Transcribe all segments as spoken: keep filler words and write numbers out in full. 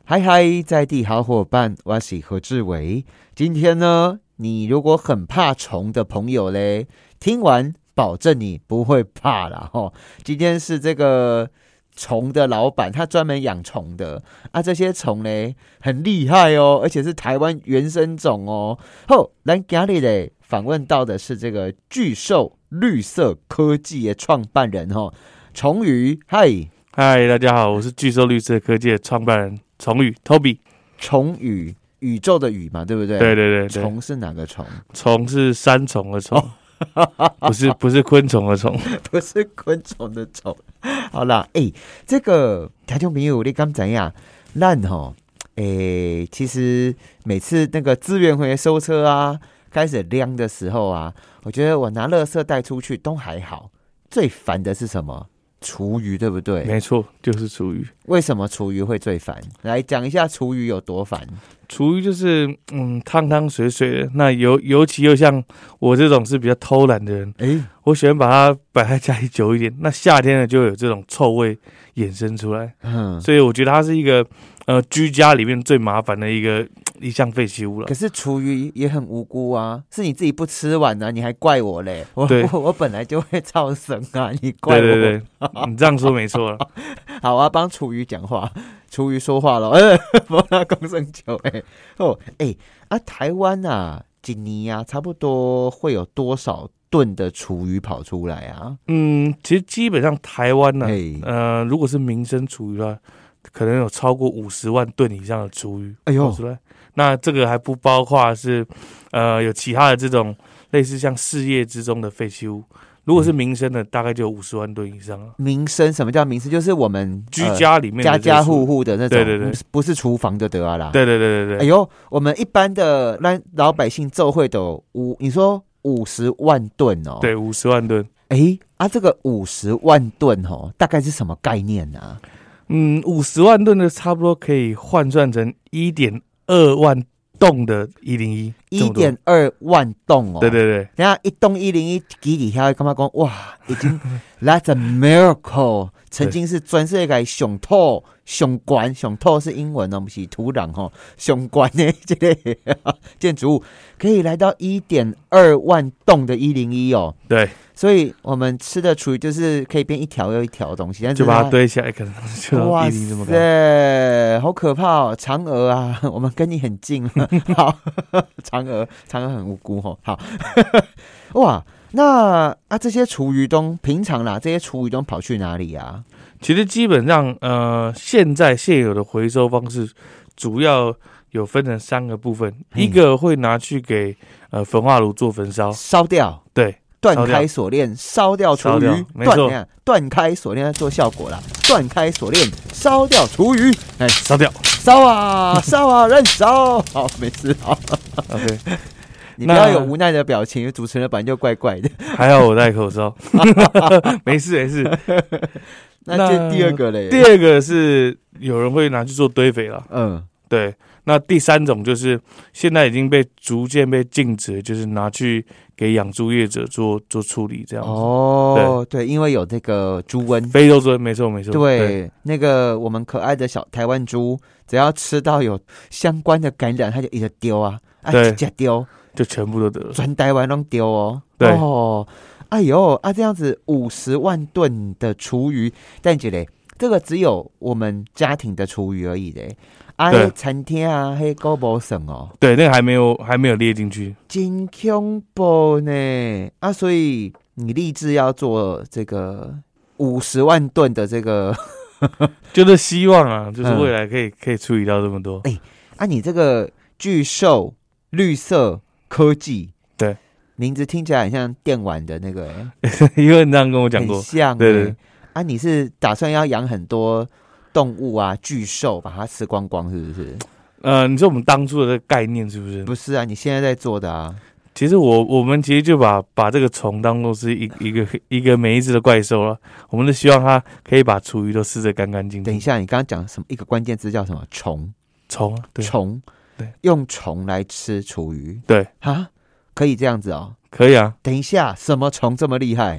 嗨嗨，在地好伙伴，我是何志伟。今天呢，你如果很怕虫的朋友嘞，听完保证你不会怕啦齁。今天是这个虫的老板，他专门养虫的啊，这些虫嘞很厉害哦，而且是台湾原生种哦。后，咱今日嘞访问到的是这个巨兽绿色科技的创办人齁，崇宇，嗨。 嗨，大家好，我是巨兽绿色科技的创办人崇宇 Toby。 崇宇，宇宙的宇嘛，对不对？ 对对对对。 虫是哪个虫？ 虫是三重的虫，哦、不是不是昆虫的虫， 不是昆虫的虫。好啦，哎、欸，这个听众朋友，你敢知影？咱吼，哎，其实每次那个资源回收车啊开始亮的时候啊，我觉得我拿垃圾袋出去都还好，最烦的是什么？厨余，对不对？ 没错，就是厨余。 为什么厨余会最烦？来讲一下厨余有多烦。 厨余就是嗯汤汤水水的，那尤尤其又像我这种是比较偷懒的人，欸、我喜欢把它摆在家里久一点。那夏天呢，就有这种臭味衍生出来，嗯，所以我觉得它是一个呃居家里面最麻烦的一个一项废弃物了。 可是厨余也很无辜啊，是你自己不吃完啊，你还怪我嘞？我我, 我本来就会造生啊，你怪我？ 对对对，你这样说没错了。 好啊，帮厨余讲话，厨余说话了，呃，帮他公生球，哎、欸，哦，哎、欸，啊，台湾啊，一年啊，差不多会有多少吨的厨余跑出来啊？ 嗯，其实基本上台湾呢、啊，呃，如果是民生厨余的话，可能有超过五十万吨以上的厨余跑出来。哎呦，那这个还不包括是，呃，有其他的这种类似像事业之中的废弃物。如果是民生的，嗯、大概就有五十万吨以上了。 民生什么叫民生？就是我们居家里面的、 呃、家家户户的那种， 对对对， 不是厨房就得啊啦。 对对对对对。 哎呦，我们一般的让老百姓奏会的五，你说五十万吨哦？ 对，五十万吨。 哎啊，这个五十万吨哦，大概是什么概念呢、啊？ 嗯，五十万吨的差不多可以换算成一点二万栋的一零一， 一点二万栋哦。 对对对， 等下一栋一零一，基底下干嘛讲哇，已经 That's a miracle。曾经是全世界上土上悬上土是英文哦，不是土壤哦，上悬的这个建筑物可以来到一点二万栋的一零一哦。 对， 所以我们吃的厨余就是可以变一条又一条的东西，但是就把它堆起来，可能就到一零一这么高。哇塞，好可怕哦！嫦娥啊，我们跟你很近。好，嫦娥，嫦娥很无辜哦。好，哇。那啊，这些厨余都平常啦，这些厨余都跑去哪里啊？ 其实基本上，呃，现在现有的回收方式主要有分成三个部分，一个会拿去给呃焚化炉做焚烧， 烧掉， 对， 断开锁链，烧掉厨余， 没错， 断开锁链做效果啦，断开锁链，烧掉厨余， 哎，烧掉， 烧啊，烧啊，燃烧，好，没事，好 ，OK。 你不要有无奈的表情，主持人本来就怪怪的。 还好我戴口罩，没事没事。 那这第二个嘞？ 第二个是有人会拿去做堆肥了。嗯，对。那第三种就是现在已经被逐渐被禁止，就是拿去给养猪业者做做处理这样子。 哦，对，对，因为有这个猪瘟， 非洲猪瘟，没错没错。 对，对，那个我们可爱的小台湾猪，只要吃到有相关的感染，它就一直丢啊，啊，一直丢。 就全部都得了， 全台湾都丢哦。 对哦，哎呦啊，这样子五十万吨的厨余，但是嘞，这个只有我们家庭的厨余而已嘞。啊，餐厅啊，黑高不省哦。 对，那个还没有还没有列进去， 真恐怖呢！啊，所以你立志要做这个五十万吨的这个， 就是希望啊，就是未来可以、嗯、可以处理到这么多。 哎、欸，啊，你这个巨兽绿色科技， 对， 名字听起来很像电玩的那个、欸， 因为你这样跟我讲过， 很像、欸。 对, 对对， 啊，你是打算要养很多动物啊，巨兽把它吃光光，是不是？ 呃，你说我们当初的这个概念是不是？ 不是啊，你现在在做的啊。 其实我我们其实就把把这个虫当作是一一个一个每一只的怪兽了，我们是希望它可以把厨余都吃得干干净净。 等一下，你刚刚讲什么？一个关键字叫什么？虫？ 虫？对， 虫。 对， 用虫来吃厨余， 对啊，可以这样子哦， 可以啊。 等一下，什么虫这么厉害？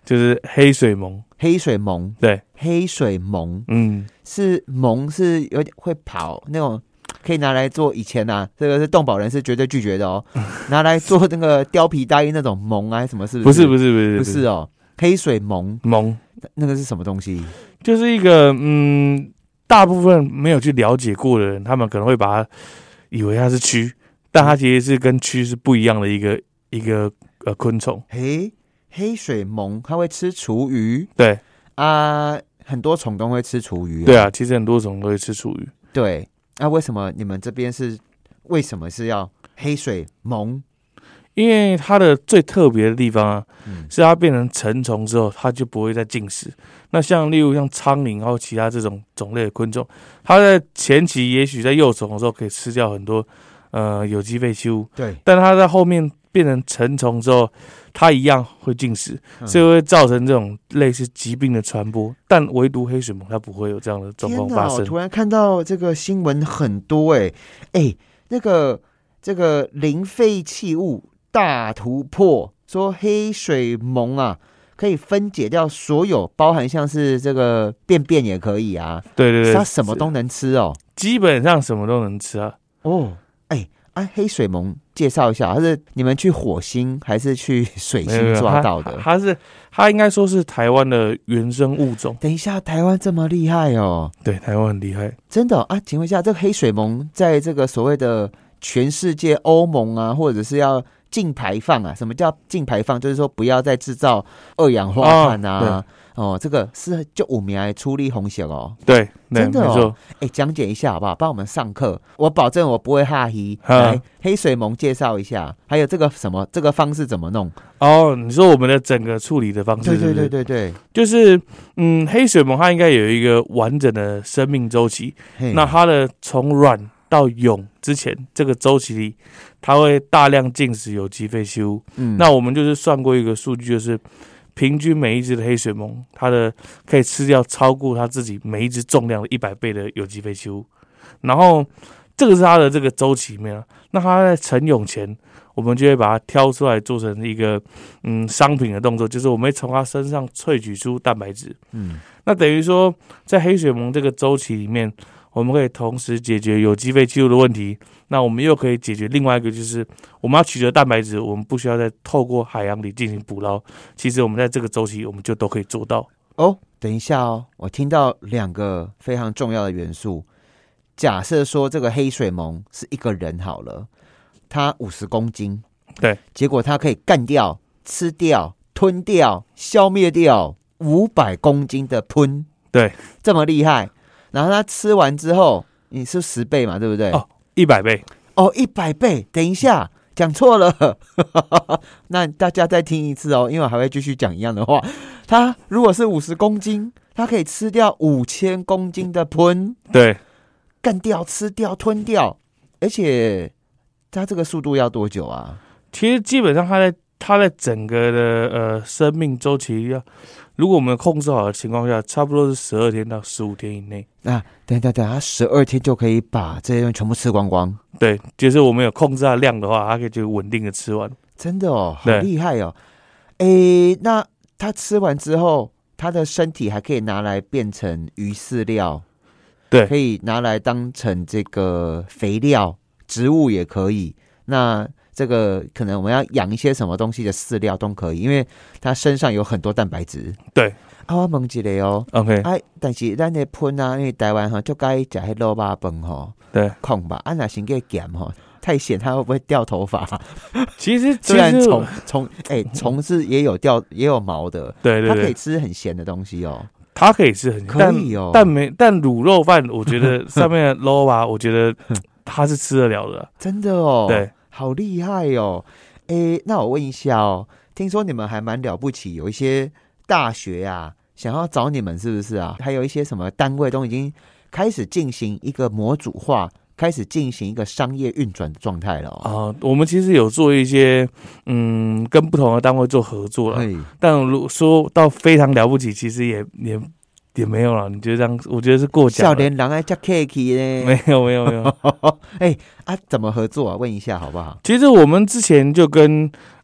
就是黑水虻。 黑水虻， 对， 黑水虻， 嗯， 是虻是有点会跑那种，可以拿来做以前啊，这个是动保人是绝对拒绝的哦，拿来做那个貂皮大衣那种虻啊，什么是不是？ 不是不是不是不是哦，黑水虻虻那个是什么东西？ 就是一个嗯，大部分没有去了解过的人，他们可能会把它以为它是蛆，但它其实是跟蛆是不一样的一个一个呃昆虫。 嘿。黑水虻它会吃厨余， 对啊，很多虫都会吃厨余、啊。 对啊，其实很多虫都会吃厨余。 对，那、啊、为什么你们这边是为什么是要黑水虻？ 因为它的最特别的地方啊，嗯、是它变成成虫之后，它就不会再进食。那像例如像苍蝇或其他这种种类的昆虫，它在前期也许在幼虫的时候可以吃掉很多呃有机废弃物， 对， 但它在后面变成成虫之后，它一样会进食，所以会造成这种类似疾病的传播。但唯独黑水虻它不会有这样的状况发生。 我突然看到这个新闻很多哎、欸、哎、欸，那个这个零废弃物大突破，说黑水虻啊可以分解掉所有，包含像是这个便便也可以啊。 对对对， 它什么都能吃哦， 基本上什么都能吃啊。 哦，哎、欸。啊，黑水虻介绍一下，它是你们去火星还是去水星抓到的？ 它是它应该说是台湾的原生物种。 等一下，台湾这么厉害哦？ 对，台湾很厉害， 真的、哦、啊？请问一下，这个黑水虻在这个所谓的全世界欧盟啊，或者是要净排放啊？什么叫净排放？就是说不要再制造二氧化碳啊。哦，哦，这个是就五名来出力红血哦。 对， 真的哦。 哎，讲解一下好不好？帮我们上课，我保证我不会哈嘿。来，黑水虻介绍一下，还有这个什么这个方式怎么弄？ 哦，你说我们的整个处理的方式是不是？ 对对对对对， 就是嗯，黑水虻它应该有一个完整的生命周期。那它的从卵到蛹之前这个周期里，它会大量进食有机废弃物。嗯，那我们就是算过一个数据，就是平均每一只的黑水虻，它的可以吃掉超过它自己每一只重量的一百倍的有机废弃物。然后这个是它的这个周期里面，那它在成蛹前，我们就会把它挑出来做成一个嗯商品的动作，就是我们会从它身上萃取出蛋白质。嗯，那等于说在黑水虻这个周期里面，我们可以同时解决有机废弃物的问题，那我们又可以解决另外一个，就是我们要取得蛋白质，我们不需要再透过海洋里进行捕捞，其实我们在这个周期我们就都可以做到。 哦，等一下哦，我听到两个非常重要的元素。假设说这个黑水虻是一个人好了，他五十公斤， 对， 结果他可以干掉、吃掉、吞掉、消灭掉五百公斤的喷， 对， 这么厉害。然后他吃完之后，你是十倍嘛，对不对？ 哦，一百倍， 哦，一百倍。等一下，讲错了，那大家再听一次哦，因为我还会继续讲一样的话。他如果是五十公斤，他可以吃掉五千公斤的喷， 对。 干掉、吃掉、吞掉，而且它这个速度要多久啊？ 其实基本上它在它在整个的呃生命周期要，如果我们控制好的情况下，差不多是十二天到十五天以内。 啊，等等等，它十二天就可以把这些东西全部吃光光。 对，就是我们有控制它的量的话，它可以就稳定的吃完。 真的哦，好厉害哦！哎，那它吃完之后，它的身体还可以拿来变成鱼饲料。 对， 可以拿来当成这个肥料，植物也可以。那这个可能我们要养一些什么东西的饲料都可以，因为它身上有很多蛋白质。 对， 啊，我问一个哦 ，OK， 哎、啊，但是咱的喷啊，因为台湾哈就该吃迄肉肉饭吼， 对， 控吧，啊，那先给咸吼，太咸它会不会掉头发？ 其实虽然虫虫哎虫是也有掉也有毛的， 对 对, 对， 它可以吃很咸的东西哦。 它可以吃很可以哦， 但没但卤肉饭，我觉得上面的肉啊，我觉得它是吃得了的、啊， 真的哦， 对， 好厉害哦。诶，那我问一下哦，听说你们还蛮了不起，有一些大学啊想要找你们，是不是啊？还有一些什么单位都已经开始进行一个模组化，开始进行一个商业运转的状态了哦。 啊、呃，我们其实有做一些嗯，跟不同的单位做合作了，但如果说到非常了不起，其实也也也没有了。你觉得这样？我觉得是过奖了。 少年人爱吃 cake 呢？ 没有没有没有。 哎啊，怎么合作啊？问一下好不好？ 其实我们之前就跟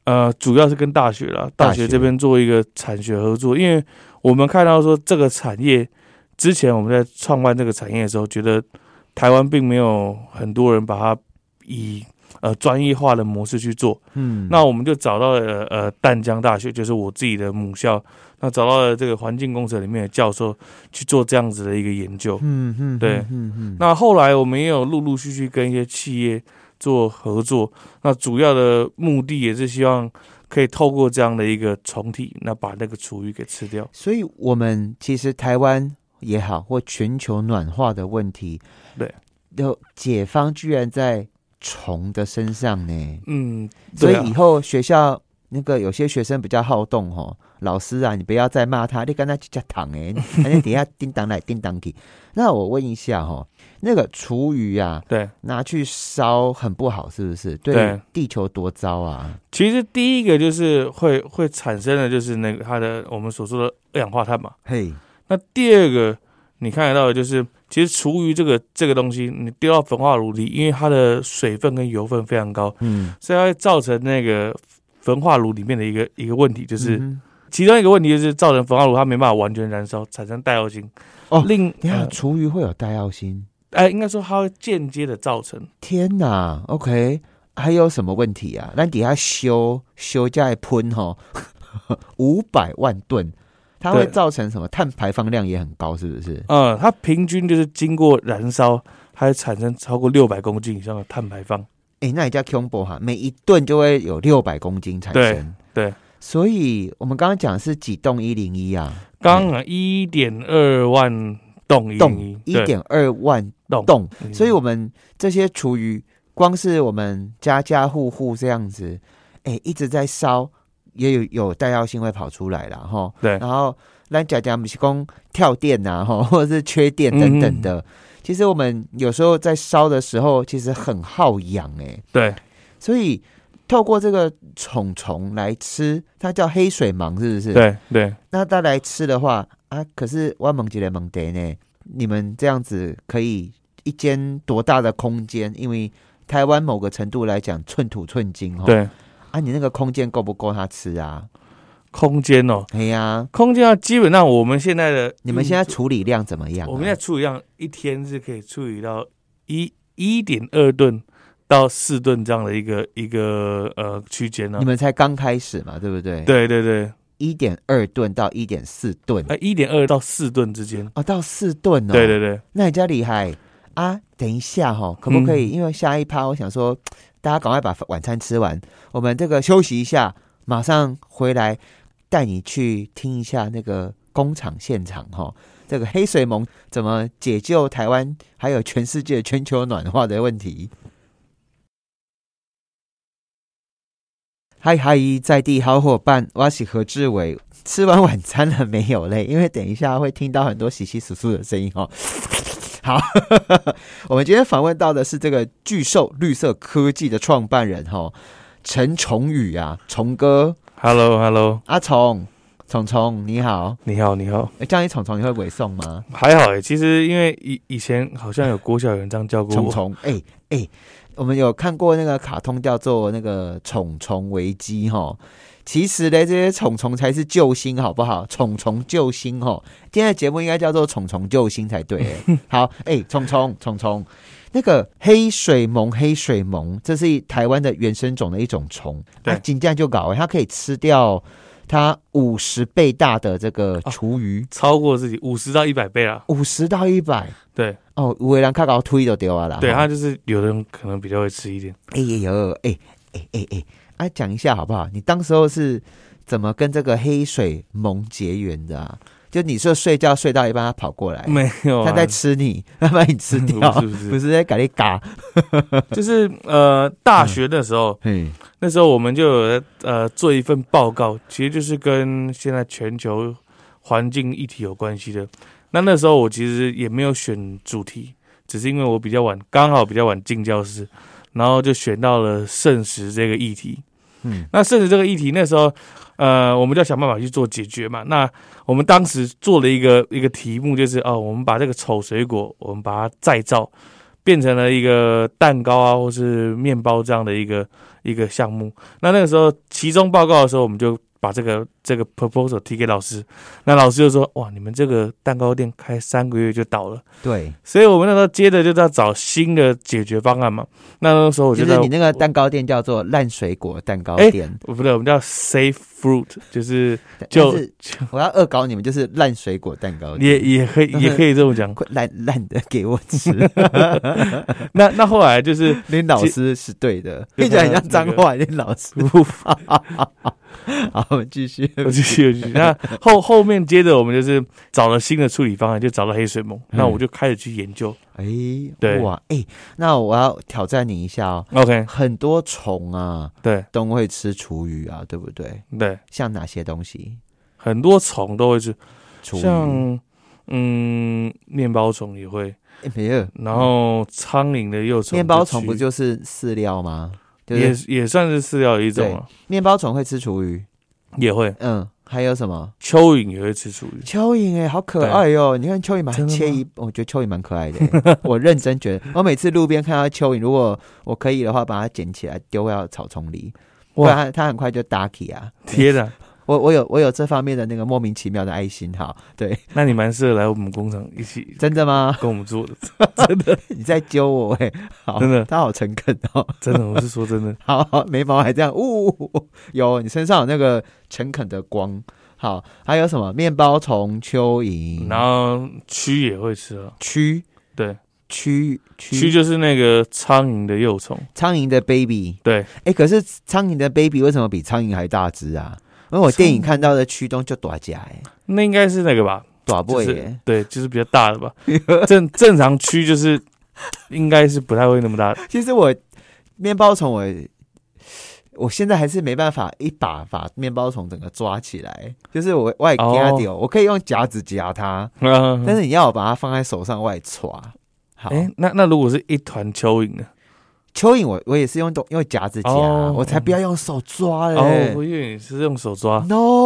呃，主要是跟大学啦，大学这边做一个产学合作，因为我们看到说这个产业之前我们在创办这个产业的时候，觉得台湾并没有很多人把它以呃专业化的模式去做，嗯，那我们就找到了呃淡江大学，就是我自己的母校，那找到了这个环境工程里面的教授去做这样子的一个研究，嗯嗯，对，嗯嗯，那后来我们也有陆陆续续跟一些企业做合作，那主要的目的也是希望可以透过这样的一个虫体，那把那个厨余给吃掉。 所以我们其实台湾也好，或全球暖化的问题， 对， 有解方居然在虫的身上呢。嗯， 所以以后学校那个有些学生比较好动哦，老师啊，你不要再骂他，你跟他去加糖哎，你底下叮当来叮当去。那我问一下哈，那个厨余啊， 对， 拿去烧很不好，是不是？对地球多糟啊！ 其实第一个就是会会产生的就是那个它的我们所说的二氧化碳嘛。嘿，那第二个你看得到的就是，其实厨余这个这个东西，你丢到焚化炉里，因为它的水分跟油分非常高，嗯，所以它会造成那个焚化炉里面的一个一个问题，就是、嗯、其中一个问题就是造成焚化炉它没办法完全燃烧，产生带药性。 哦，另你看厨余会有带药性？ 哎、呃，应该说它会间接的造成。 天哪 ，OK， 还有什么问题啊？咱底下修修加喷哈，五百万吨，它会造成什么？碳排放量也很高，是不是？ 嗯，它平均就是经过燃烧，它会产生超过六百公斤以上的碳排放。 哎、欸，那也叫恐怖哈，每一吨就会有六百公斤产生。 对，对， 所以我们刚刚讲是几栋一零一啊？ 刚刚一点二万栋一零一， 一点二万栋，所以我们这些厨余，光是我们家家户户这样子，哎、欸，一直在烧，也有有带药性会跑出来啦哈。 对， 然后咱家家不是讲跳电呐，哈，或者是缺电等等的。嗯，其实我们有时候在烧的时候，其实很耗氧哎、欸。 对， 所以透过这个虫虫来吃，它叫黑水虻，是不是？ 对对。 那它来吃的话啊，可是我问一个问题呢，你们这样子可以一间多大的空间？因为台湾某个程度来讲，寸土寸金哈。 对。 啊，你那个空间够不够它吃啊？ 空间哦， 哎呀、啊， 空间啊，基本上我们现在的， 你们现在处理量怎么样、啊？ 我们现在处理量一天是可以处理到一一点二吨到四吨这样的一个一个呃区间呢。 你们才刚开始嘛，对不对？ 对对对， 一点二吨到一点四吨， 呃，一点二到四吨之间。 哦，到四吨哦。 对对对， 那你家厉害啊！等一下哈、哦，可不可以？嗯、因为下一趴，我想说，大家赶快把晚餐吃完，我们这个休息一下，马上回来。带你去听一下那个工厂现场哈，这个黑水虻怎么解救台湾还有全世界全球暖化的问题。嗨嗨，在地好伙伴，我是何志伟。吃完晚餐了没有嘞？因为等一下会听到很多窸窸窣窣的声音哦。好，我们今天访问到的是这个巨兽绿色科技的创办人哈，陈崇宇啊，崇哥。 Hello Hello， 阿虫虫虫你好， 你好你好。 哎，叫你虫虫你会尾送吗？ 还好哎、欸，其实因为以以前好像有国小有人这样叫过我虫虫。哎哎，我们有看过那个卡通叫做那个虫虫危机哈。其实呢，这些虫虫才是救星，好不好？虫虫救星哈，今天的节目应该叫做虫虫救星才对。好，哎，虫虫虫虫。那个黑水虻，黑水虻，这是台湾的原生种的一种虫，它真正就搞，它可以吃掉它五十倍大的这个厨余， 哦、超过自己五十到一百倍啦， 五十到一百， 对， 哦，有的人较高推就丢啊啦， 对，它就是有的人可能比较会吃一点， 哎呦，哎哎哎哎，啊，讲一下好不好？你当时候是怎么跟这个黑水虻结缘的啊？就你说睡觉睡到一半，他跑过来， 没有、啊， 他在吃你，他把你吃掉， 不是不是， 不是在给你嘎， 就是呃，大学的时候，嗯，那时候我们就有呃做一份报告，其实就是跟现在全球环境议题有关系的。那那时候我其实也没有选主题，只是因为我比较晚，刚好比较晚进教室，然后就选到了剩食这个议题。嗯，那剩食这个议题，那时候，呃，我们就要想办法去做解决嘛。那我们当时做了一个一个题目，就是哦，我们把这个丑水果，我们把它再造， 变成了一个蛋糕啊，或是面包这样的一个一个项目。那那个时候期中报告的时候，我们就把这个这个 proposal 提给老师，那老师就说：“哇，你们这个蛋糕店开三个月就倒了。” 对， 所以我们那时候接着就要找新的解决方案嘛。那那时候我就就是你那个蛋糕店叫做烂水果蛋糕店， 欸、不对，我们叫 Safe Fruit， 就是就我要恶搞你们，就是烂水果蛋糕店，也也可以也可以这么讲， 烂烂的给我吃。 那那后来就是林老师是对的，听起来很像脏话，林老师。好，我们继续， 我继续，继续。那后后面接着我们就是找了新的处理方案，就找到黑水虻。那我就开始去研究。 哎、欸，对，哇，哎、欸，那我要挑战你一下哦。 OK， 很多虫啊， 对， 都会吃厨余啊，对不对？ 对， 像哪些东西？ 很多虫都会吃， 厨余， 像嗯，面包虫也会， 欸、没有。 然后苍蝇的幼虫， 面包虫不就是饲料吗？ 也也算是饲料的一种啊。 面包虫会吃厨余， 也会。 嗯，还有什么？ 蚯蚓也会吃厨余。 蚯蚓哎，好可爱哟、哦！你看蚯蚓蛮切一，我觉得蚯蚓蛮可爱的。我认真觉得，我每次路边看到蚯蚓，如果我可以的话，把它捡起来丢到草丛里，不然它很快就打起啊！ 天哪！ 我我有我有这方面的那个莫名其妙的爱心，好，对， 那你蛮适合来我们工厂一起， 真的吗？ 跟我们做的，真的， 你在揪我哎、欸，好， 真的， 他好诚恳哦， 真的，我是说真的， 好，好，眉毛还这样，呜，有你身上有那个诚恳的光，好，还有什么面包虫、蚯蚓， 然后蛆也会吃啊， 蛆， 对， 蛆蛆就是那个苍蝇的幼虫， 苍蝇的 baby， 对， 哎、欸，可是苍蝇的 baby 为什么比苍蝇还大只啊？因为我电影看到的蛆东就大只哎， 那应该是那个吧， 大尾耶、 就是，对，就是比较大的吧。正正常蛆就是应该是不太会那么大。 其实我面包虫我我现在还是没办法一把把面包虫整个抓起来，就是我我也夹掉，我可以用夹子夹它， 嗯、 但是你要我把它放在手上，我也抓。好， 哎、欸，那那如果是一团蚯蚓呢？ 蚯蚓我我也是用用夹子夹、哦，我才不要用手抓嘞。 哦，我以为你是用手抓。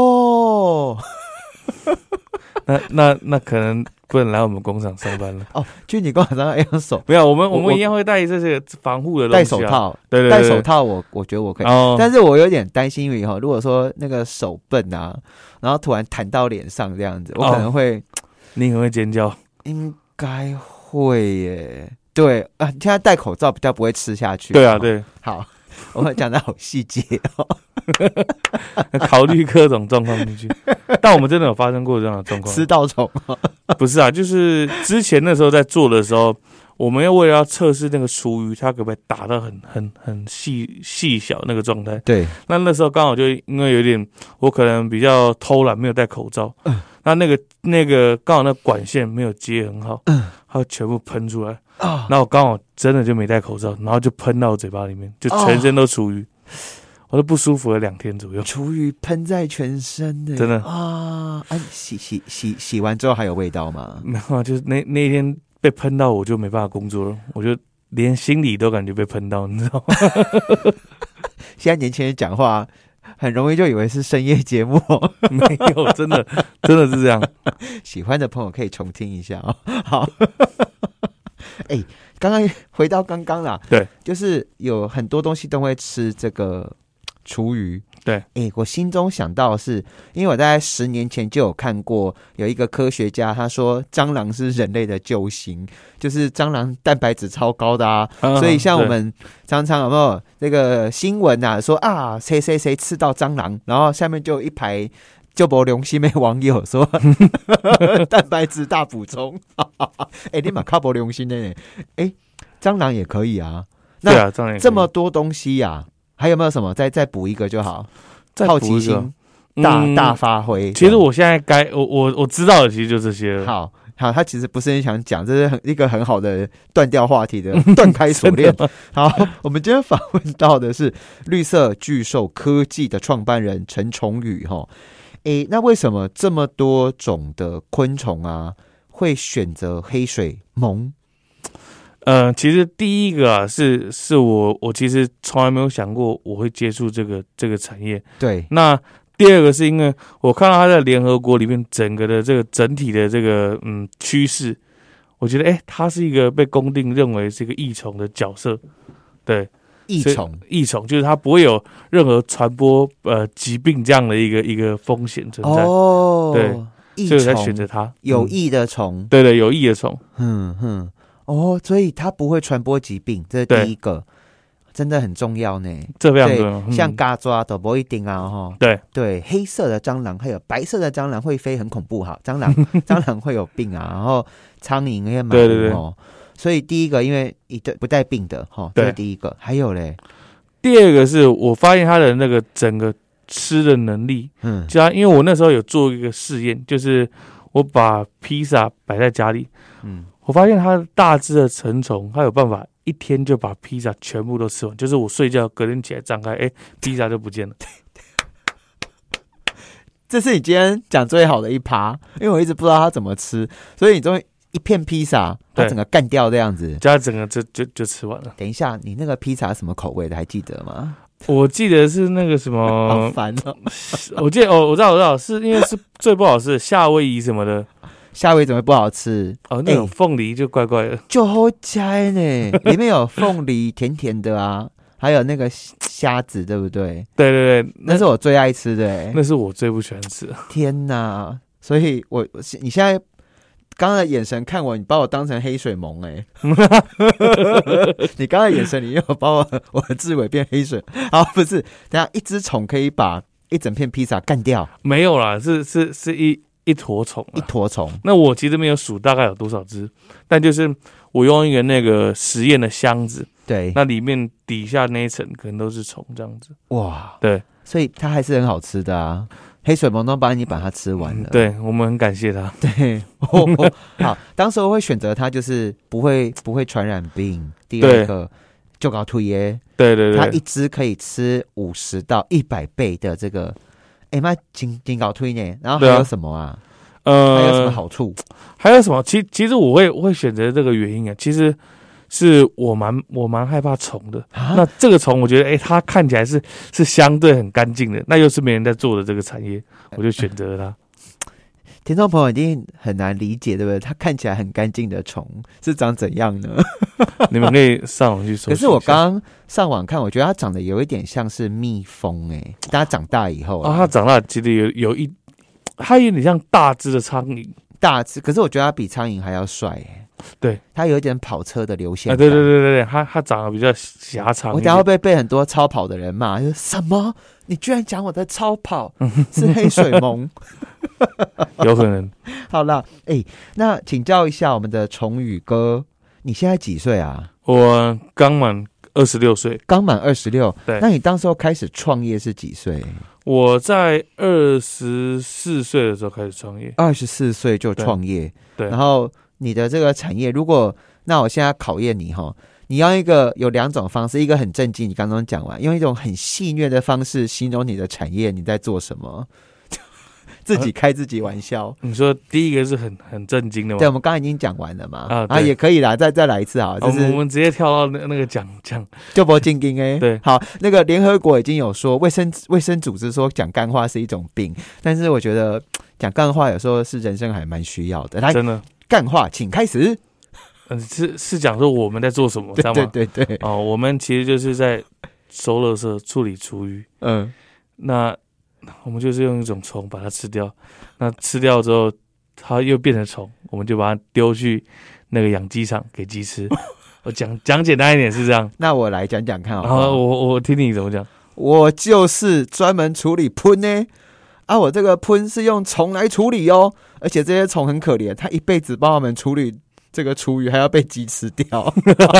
No， 那那那可能不能来我们工厂上班了。 哦，去你工厂上班要用手？ 没有，我们我们一样会带这些防护的东西、啊， 戴手套。 对对对， 戴手套我我觉得我可以、哦，但是我有点担心，因为哈，如果说那个手笨啊，然后突然弹到脸上这样子，我可能会，哦、 你可能会尖叫。 应该会耶。对啊，现在戴口罩比较不会吃下去。 对啊，对， 好，我们讲的好细节哦， 考虑各种状况进去。但我们真的有发生过这样的状况， 吃到虫、哦？ 不是啊，就是之前那时候在做的时候，我们要为了要测试那个厨余，它可不可以打到很很很细细小那个状态。 对， 那那时候刚好就因为有点，我可能比较偷懒，没有戴口罩。嗯、那那个那个刚好那管线没有接很好，嗯、它全部喷出来。然后我刚好真的就没戴口罩，然后就喷到我嘴巴里面，就全身都厨余，我都不舒服了两天左右。 厨余喷在全身的， 真的啊！啊，洗洗洗洗完之后还有味道吗？ 没有，就是那那一天被喷到，我就没办法工作了，我就连心里都感觉被喷到，你知道吗？ 现在年轻人讲话很容易就以为是深夜节目， 没有，真的真的是这样。 喜欢的朋友可以重听一下哦。好。哎、欸，刚刚回到刚刚啦， 对， 就是有很多东西都会吃这个厨余。 对， 哎、欸，我心中想到的是，因为我大概十年前就有看过有一个科学家，他说蟑螂是人类的救星，就是蟑螂蛋白质超高的啊，嗯、所以像我们常常有没有这个新闻啊，说啊谁谁谁吃到蟑螂，然后下面就有一排。就没良心的网友说蛋白质大补充，哎、欸，你蛮靠没良心的呢。哎、欸，蟑螂也可以啊。那对啊，蟑螂也可以。 这么多东西呀、啊，还有没有什么？再再补一个就好。 再好奇心大、嗯、大发挥。 其实我现在该我我我知道的其实就这些了。 好好，他其实不是很想讲，这是很一个很好的断掉话题的断开锁链。好，我们今天访问到的是绿色巨兽科技的创办人陈崇宇哈。诶，那为什么这么多种的昆虫啊会选择黑水虻？ 呃，其实第一个啊，是是我我其实从来没有想过我会接触这个这个产业。 对， 那第二个是因为我看到它在联合国里面整个的这个整体的这个嗯趋势， 我觉得哎、欸，它是一个被公定认为是一个益虫的角色，对。 益虫， 益虫就是它不会有任何传播呃疾病这样的一个一个风险存在。 哦， 对，所以才选择它， 有益的虫、嗯。 对对，有益的虫。 嗯哼，哦，所以它不会传播疾病，这是第一个，真的很重要呢。 这非常重要。 嗯、像嘎抓都不一定啊，哈。 对对，黑色的蟑螂还有白色的蟑螂会飞，很恐怖哈。蟑螂蟑螂会有病啊，然后苍蝇也蛮多。对对对。所以第一个，因为一对不带病的哈，这是第一个。还有嘞， 第二个是我发现他的那个整个吃的能力，嗯，就他，因为我那时候有做一个试验，就是我把披萨摆在家里，嗯，我发现它大只的成虫，它有办法一天就把披萨全部都吃完，就是我睡觉隔天起来张开，哎，披萨就不见了。 这是你今天讲最好的一趴，因为我一直不知道它怎么吃，所以你终于。一片披萨，它整个干掉这样子， 加整个就就就吃完了。 等一下，你那个披萨什么口味的？还记得吗？ 我记得是那个什么， 好烦哦！ 我记得哦，我知道，我知道，是因为是最不好吃的夏威夷什么的。 夏威夷怎么会不好吃？ 哦，那种凤梨就怪怪的，欸、 就好吃呢，里面有凤梨，甜甜的啊，还有那个虾子，对不对？ 对对对， 那是我最爱吃的、欸， 那是我最不喜欢吃的。 天哪！所以我你现在。刚刚的眼神看我，你把我当成黑水虻哎、欸！你刚刚的眼神，你又把我我的志伟变黑水，好不是？等下一只虫可以把一整片披萨干掉？ 没有啦，是是是一一坨虫， 一坨虫。 那我其实没有数大概有多少只，但就是我用一个那个实验的箱子， 对， 那里面底下那一层可能都是虫这样子。哇，对， 所以它还是很好吃的啊。黑水虻都帮你把它吃完了， 嗯、对我们很感谢他。 对，哦哦、好，当时我会选择它，就是不会不会传染病。第二个就搞推耶， 对对对， 它一只可以吃五十到一百倍的这个，哎妈，金金搞推呢？然后还有什么啊？呃，还有什么好处？ 还有什么？其其实我会我会选择这个原因啊，其实。是我蛮我蛮害怕虫的，那这个虫我觉得，哎、欸，它看起来是是相对很干净的，那又是没人在做的这个产业，我就选择了它。 听众朋友一定很难理解，对不对？它看起来很干净的虫是长怎样呢？ 你们可以上网去搜。 可是我刚刚上网看，我觉得它长得有一点像是蜜蜂、欸，哎，它长大以后、啊， 哦，它长大其实有有一，它有点像大只的苍蝇， 大只，可是我觉得它比苍蝇还要帅、欸。 对， 它有一点跑车的流线、 啊，对对对对对，它它长得比较狭长。 我等下会不会被很多超跑的人骂？就是什么？你居然讲我的超跑是黑水虻？ 有可能。 好啦，哎、欸，那请教一下我们的崇宇哥，你现在几岁啊？ 我刚满二十六岁， 刚满二十六。 对， 那你当时候开始创业是几岁？ 我在二十四岁的时候开始创业， 二十四岁就创业， 对， 然后。你的这个产业，如果那我现在考验你哈，你要一个有两种方式，一个很正经，你刚刚讲完，用一种很戏谑的方式形容你的产业，你在做什么？自己开自己玩笑。 你说第一个是很很震惊的吗？ 对，我们刚刚已经讲完了嘛。 啊， 啊也可以啦，再再来一次好，就是、 哦、我们直接跳到那那个讲讲就不正经哎。 对， 好，那个联合国已经有说，卫生卫生组织说讲干话是一种病，但是我觉得讲干话有时候是人生还蛮需要的。 真的。 干话，请开始。 嗯，是是讲说我们在做什么，知道吗？ 对对对。 哦，我们其实就是在收垃圾、处理厨余。嗯，那我们就是用一种虫把它吃掉。那吃掉之后，它又变成虫，我们就把它丢去那个养鸡场给鸡吃。我讲讲简单一点是这样。 那我来讲讲看好不好？ 然后我我听你怎么讲。 我就是专门处理喷呢。啊，我这个喷是用虫来处理哦，而且这些虫很可怜，它一辈子帮我们处理这个厨余，还要被鸡吃掉。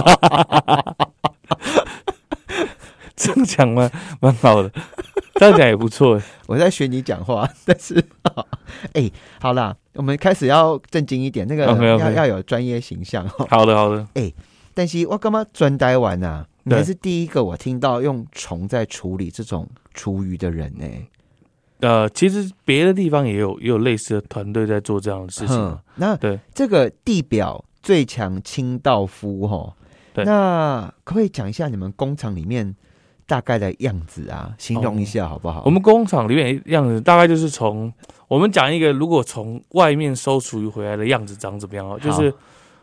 这样讲吗？蛮好的，这样讲也不错。 我在学你讲话，但是，哎、欸，好啦，我们开始要正经一点，那个 okay, okay. 要要有专业形象。 好的，好的。 哎、欸，但是我干嘛专呆玩啊？你还是第一个我听到用虫在处理这种厨余的人呢、欸。 呃，其实别的地方也有也有类似的团队在做这样的事情。 那对这个地表最强清道夫哈， 对， 那可不可以讲一下你们工厂里面大概的样子啊？形容一下好不好？ 哦、我们工厂里面样子大概就是从我们讲一个，如果从外面收厨余回来的样子长怎么样啊？就是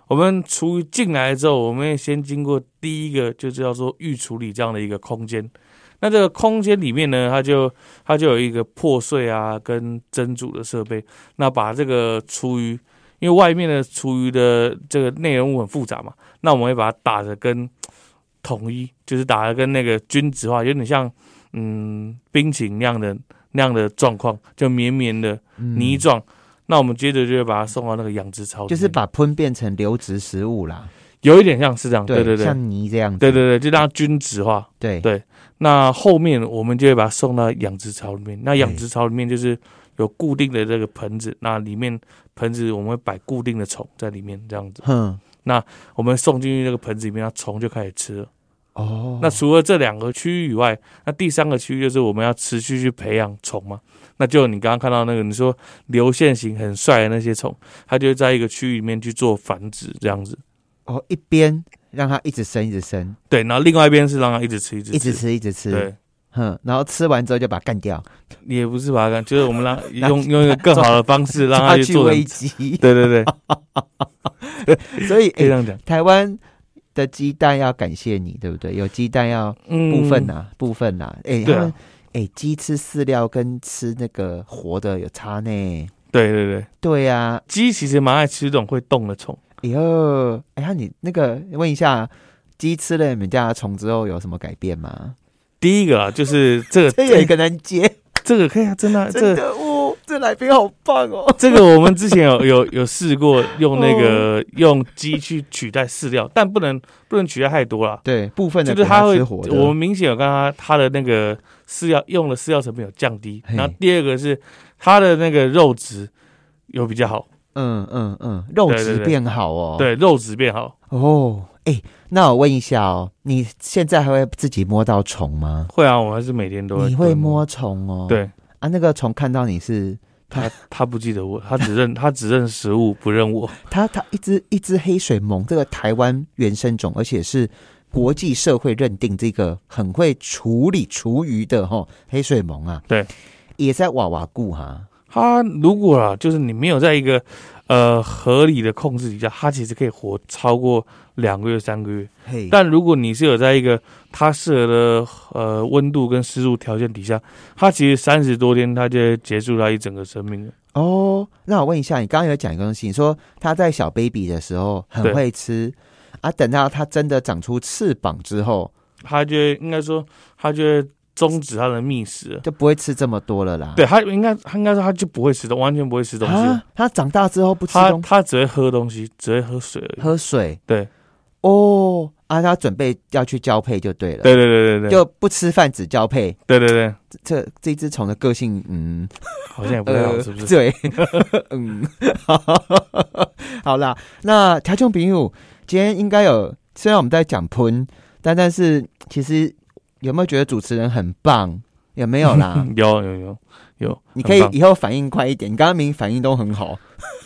我们厨余进来之后，我们也先经过第一个就叫做预处理这样的一个空间。那这个空间里面呢，它就它就有一个破碎啊跟蒸煮的设备。那把这个厨余，因为外面的厨余的这个内容物很复杂嘛，那我们会把它打得跟统一，就是打得跟那个均质化，有点像嗯冰淇淋那样的那样的状况，就绵绵的泥状。嗯，那我们接着就会把它送到那个养殖槽里面， 就是把喷变成流质食物啦， 有一点像是这样，对对对， 像泥这样子， 对对对，就让它均质化， 对对。那后面我们就会把它送到养殖槽里面，那养殖槽里面就是有固定的这个盆子，那里面盆子我们会摆固定的虫在里面，这样子。嗯，那我们送进去那个盆子里面，那虫就开始吃了。哦，那除了这两个区域以外，那第三个区域就是我们要持续去培养虫嘛。那就你刚刚看到那个你说流线型很帅的那些虫，它就会在一个区域里面去做繁殖，这样子。 哦，一边让它一直生一直生， 对，然后另外一边是让它一直吃一直吃一直吃一直吃， 对， 哼，然后吃完之后就把它干掉， 也不是把它干，就是我们让用用一个更好的方式让它去做危机， 对对对， 所以可以这样讲， 台湾的鸡蛋要感谢你，对不对？有鸡蛋要部分呐、啊嗯，部分呐、啊，哎、欸，他们哎，鸡吃饲料跟吃那个活的有差呢。 对对对， 对呀、啊， 鸡其实蛮爱吃这种会动的虫。 哎呦，哎呀，你那个问一下，鸡吃了你们家的虫之后有什么改变吗？ 第一个啊，就是这个， 这有一个难接， 这个可以啊，真的、啊， 真的哦，这来宾好棒哦。 这个我们之前有有有试过用那个、哦、用鸡去取代饲料，但不能不能取代太多啦。 对，部分的就是它会， 活我们明显有看到它它的那个饲料用的饲料成本有降低。然后第二个是它的那个肉质有比较好。 嗯嗯嗯，肉质变好哦。 对，肉质变好哦。哎、欸，那我问一下哦，你现在还会自己摸到虫吗？ 会啊，我还是每天都会。 你会摸虫哦？ 对啊，那个虫看到你是他，他不记得我，他只认他只认食物，不认我。 他他一只一只黑水虻，这个台湾原生种，而且是国际社会认定这个很会处理厨余的哈黑水虻啊。 对， 也在娃娃固哈。 它如果啊，就是你没有在一个呃合理的控制底下，它其实可以活超过两个月、三个月。Hey. 但如果你是有在一个它适合的呃温度跟湿度条件底下，它其实三十多天它就会结束它一整个生命了。 哦、oh, ，那我问一下，你刚刚有讲一个东西，你说它在小 baby 的时候很会吃啊，等到它真的长出翅膀之后， 它就会应该说它就会终止它的觅食， 就不会吃这么多了啦。 对，它应该它应该说它就不会吃的，完全不会吃东西。 它长大之后不吃东西， 它只会喝东西，只会喝水而已。 喝水， 对。 哦，啊，他准备要去交配就对了。 对对对对对， 就不吃饭只交配。 对对对， 这这只虫的个性，嗯， 好像也不太好，是不是？ 对，嗯，好啦，那听众朋友，今天应该有，虽然我们在讲喷，但但是其实有没有觉得主持人很棒？有没有啦？ 有有有有， 你可以以后反应快一点，你刚刚明明反应都很好。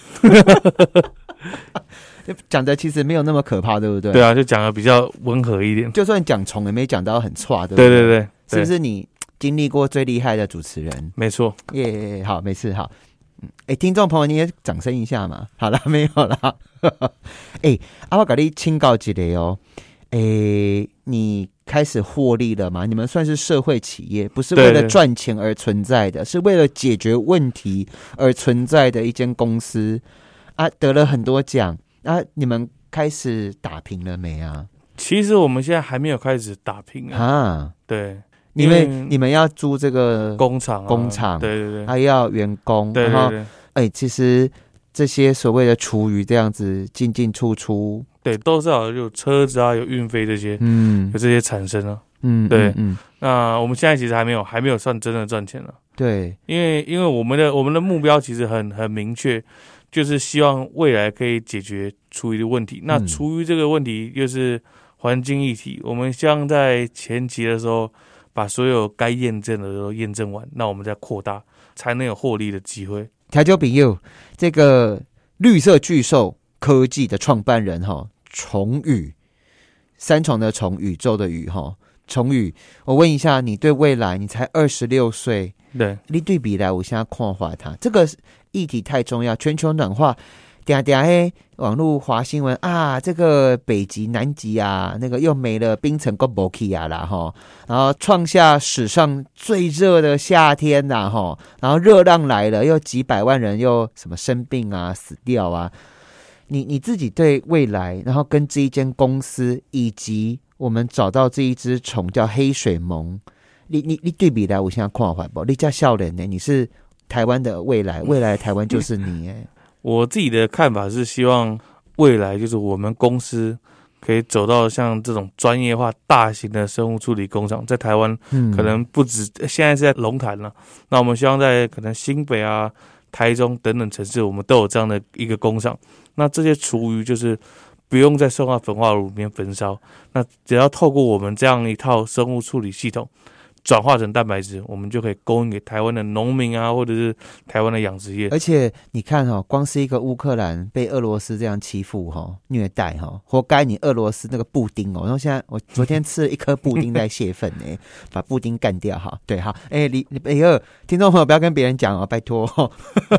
讲的其实没有那么可怕，对不对？ 对啊，就讲的比较温和一点。 就算讲虫，也没讲到很差，对不对？对对对， 是不是你经历过最厉害的主持人？ 没错， 耶、yeah, 好，没事，好。嗯，哎，听众朋友，你也掌声一下嘛。好了，没有啦。哎，阿我给你请教一个哦。哎，你开始获利了吗？你们算是社会企业，不是为了赚钱而存在的，是为了解决问题而存在的一间公司啊，得了很多奖。啊！你们开始打拼了没啊？ 其实我们现在还没有开始打拼啊。啊对， 因为你们要租这个工厂、啊， 工厂， 对对对， 还要员工， 对对对。然后， 哎，其实这些所谓的厨余这样子进进出出， 对，都是要有车子啊，有运费这些，嗯，有这些产生啊。嗯，对，嗯, 嗯。那我们现在其实还没有，还没有算真的赚钱了。 对， 因为因为我们的我们的目标其实很很明确。就是希望未来可以解决厨余的问题。那厨余这个问题又是环境议题，我们希望在前期的时候把所有该验证的都验证完，那我们再扩大，才能有获利的机会。 台州朋友，这个绿色巨兽科技的创办人哈，崇宇，三重的崇，宇宙的宇哈，崇宇，我问一下，你对未来，你才二十六岁， 对， 你对比来，我现在看法它这个议题太重要，全球暖化嗲嗲嘿，网络滑新闻啊，这个北极、南极啊，那个又没了冰层，够没去啊啦哈，然后创下史上最热的夏天呐哈，然后热浪来了，又几百万人又什么生病啊、死掉啊。你你自己对未来，然后跟这一间公司，以及我们找到这一只虫叫黑水虻，你你你对比来，我现在看法不？你叫笑脸呢？你是台湾的未来，未来的台湾就是你哎。 我自己的看法是，希望未来就是我们公司可以走到像这种专业化、大型的生物处理工厂，在台湾可能不止，现在是在龙潭了。那我们希望在可能新北啊、台中等等城市，我们都有这样的一个工厂。那这些厨余就是不用再送到焚化炉里面焚烧，那只要透过我们这样一套生物处理系统转化成蛋白质，我们就可以供应给台湾的农民啊，或者是台湾的养殖业。 而且你看哦，光是一个乌克兰被俄罗斯这样欺负哈、哦、虐待哈、哦，活该你俄罗斯那个布丁哦。然后现在我昨天吃了一颗布丁在泄愤呢，把布丁干掉哈。对，好，哎，李李北二听众朋友不要跟别人讲哦，拜托、哦。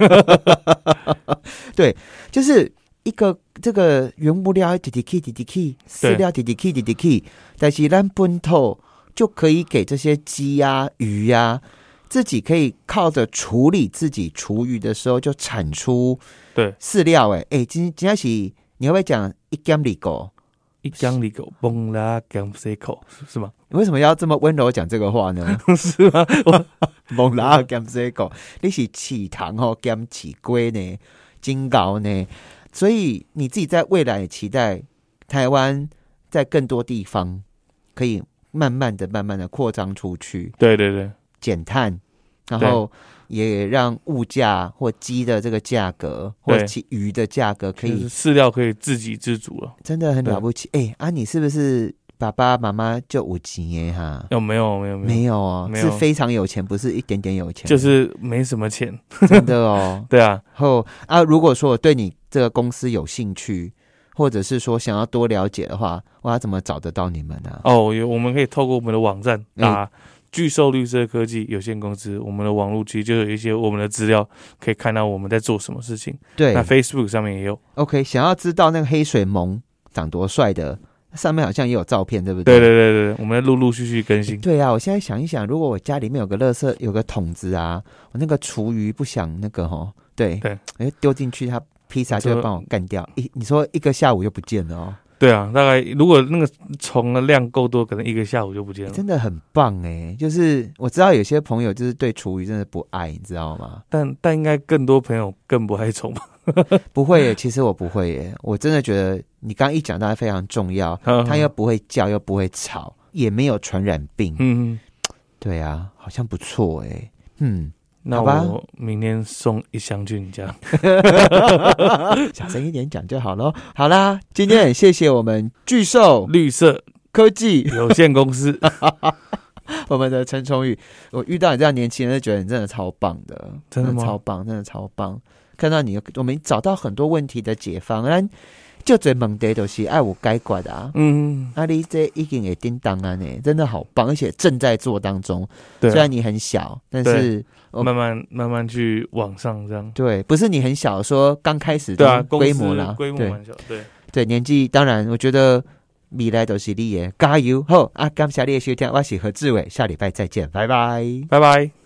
对，就是。一个这个原物料滴滴 key 滴滴 key 饲料滴滴 key 滴滴 key， 但是咱本土就可以给这些鸡啊鱼啊自己可以靠着处理自己厨余的时候就产出对饲料哎哎，今今天是你会不会讲一江里狗一江里狗崩啦江塞口是吗？ 你为什么要这么温柔讲这个话呢？ 是吗？ 崩啦江塞口，你是起糖哦，江起龟呢，金高呢？所以你自己在未来期待台湾在更多地方可以慢慢的、慢慢的扩张出去， 对对对， 减碳，然后也让物价或鸡的这个价格或鱼的价格可以饲料可以自给自足了， 真的很了不起。哎、欸、啊，你是不是爸爸妈妈就有钱耶哈？ 有没有没有没有哦，没有是非常有钱，不是一点点有钱， 就是没什么钱， 真的哦。 对啊， 后啊，如果说我对你这个公司有兴趣，或者是说想要多了解的话，我要怎么找得到你们呢、啊？ 哦，我们可以透过我们的网站打、欸、巨兽绿色科技有限公司，我们的网络区就有一些我们的资料，可以看到我们在做什么事情。对，那 Facebook 上面也有。 OK， 想要知道那个黑水虻长多帅的，上面好像也有照片，对不对？ 对对对对，我们陆陆续续更新。 对啊，我现在想一想，如果我家里面有个垃圾，有个桶子啊，我那个厨余不想那个齁，对对，哎丢进去它。披萨就会帮我干掉一，你说一个下午就不见了哦。 对啊，大概如果那个虫的量够多，可能一个下午就不见了。 真的很棒哎，就是我知道有些朋友就是对厨余真的不爱，你知道吗？ 但但应该更多朋友更不爱虫吧？ 不会耶，其实我不会耶，我真的觉得你刚刚一讲到非常重要，它又不会叫，又不会吵，也没有传染病。嗯，对啊，好像不错哎，嗯。 那我明天送一箱去你家， 小声一点讲就好咯。好啦，今天很谢谢我们巨兽绿色科技有限公司， 我们的陈崇宇。我遇到你这样年轻人，就觉得你真的超棒的， 真的吗？ 超棒，真的超棒。看到你，我们找到很多问题的解方。咱就最问题就是爱我解决啊，嗯，啊，你这已经会叮当啊呢，真的好棒，而且正在做当中。对，虽然你很小，但是。 慢慢慢慢去往上这样， 对，不是你很小说刚开始的规模啦， 规模蛮小，对对，年纪当然，我觉得未来都是你的，加油！好啊，感谢你的收听，我是何志伟，下礼拜再见，拜拜， 拜拜。